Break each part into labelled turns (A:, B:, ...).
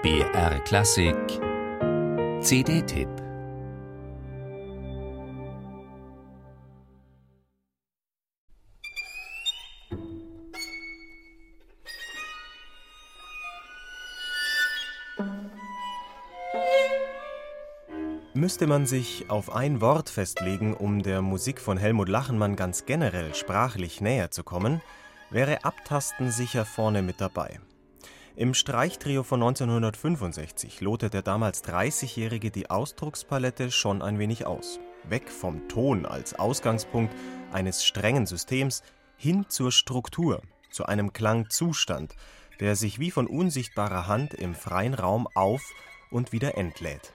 A: BR Klassik CD-Tipp.
B: Müsste man sich auf ein Wort festlegen, um der Musik von Helmut Lachenmann ganz generell sprachlich näher zu kommen, wäre Abtasten sicher vorne mit dabei. Im Streichtrio von 1965 lotet der damals 30-Jährige die Ausdruckspalette schon ein wenig aus. Weg vom Ton als Ausgangspunkt eines strengen Systems hin zur Struktur, zu einem Klangzustand, der sich wie von unsichtbarer Hand im freien Raum auf- und wieder entlädt.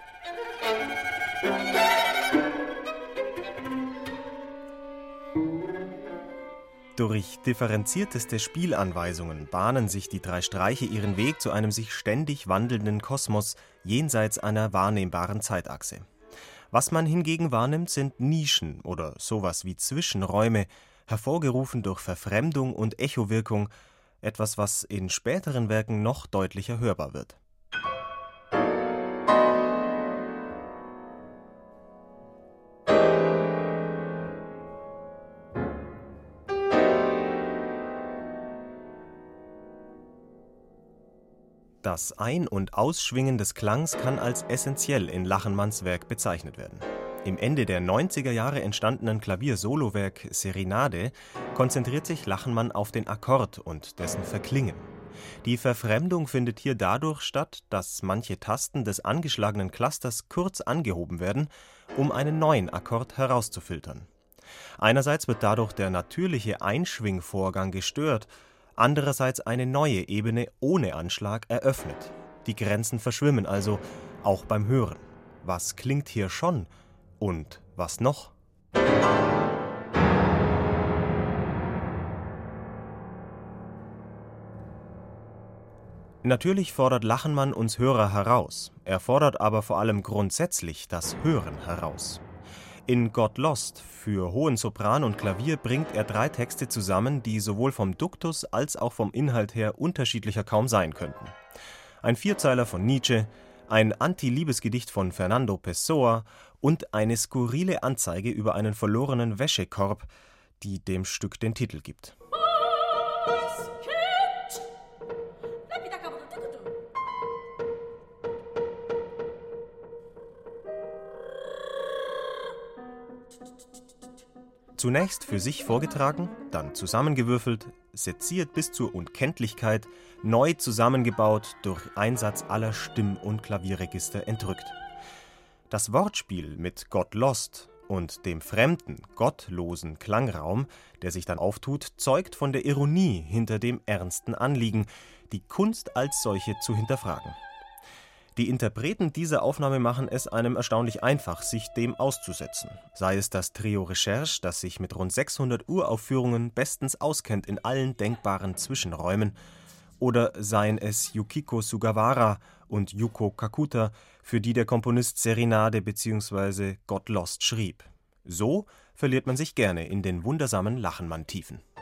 B: Durch differenzierteste Spielanweisungen bahnen sich die drei Streiche ihren Weg zu einem sich ständig wandelnden Kosmos jenseits einer wahrnehmbaren Zeitachse. Was man hingegen wahrnimmt, sind Nischen oder sowas wie Zwischenräume, hervorgerufen durch Verfremdung und Echowirkung, etwas, was in späteren Werken noch deutlicher hörbar wird. Das Ein- und Ausschwingen des Klangs kann als essentiell in Lachenmanns Werk bezeichnet werden. Im Ende der 90er Jahre entstandenen Klavier-Solowerk Serenade konzentriert sich Lachenmann auf den Akkord und dessen Verklingen. Die Verfremdung findet hier dadurch statt, dass manche Tasten des angeschlagenen Clusters kurz angehoben werden, um einen neuen Akkord herauszufiltern. Einerseits wird dadurch der natürliche Einschwingvorgang gestört, andererseits eine neue Ebene ohne Anschlag eröffnet. Die Grenzen verschwimmen also, auch beim Hören. Was klingt hier schon und was noch? Natürlich fordert Lachenmann uns Hörer heraus. Er fordert aber vor allem grundsätzlich das Hören heraus. In Got Lost für hohen Sopran und Klavier bringt er drei Texte zusammen, die sowohl vom Duktus als auch vom Inhalt her unterschiedlicher kaum sein könnten. Ein Vierzeiler von Nietzsche, ein Anti-Liebesgedicht von Fernando Pessoa und eine skurrile Anzeige über einen verlorenen Wäschekorb, die dem Stück den Titel gibt. Zunächst für sich vorgetragen, dann zusammengewürfelt, seziert bis zur Unkenntlichkeit, neu zusammengebaut, durch Einsatz aller Stimm- und Klavierregister entrückt. Das Wortspiel mit Got Lost und dem fremden, gottlosen Klangraum, der sich dann auftut, zeugt von der Ironie hinter dem ernsten Anliegen, die Kunst als solche zu hinterfragen. Die Interpreten dieser Aufnahme machen es einem erstaunlich einfach, sich dem auszusetzen. Sei es das Trio Recherche, das sich mit rund 600 Uraufführungen bestens auskennt in allen denkbaren Zwischenräumen, oder seien es Yukiko Sugawara und Yuko Kakuta, für die der Komponist Serenade bzw. Got Lost schrieb. So verliert man sich gerne in den wundersamen Lachenmann-Tiefen.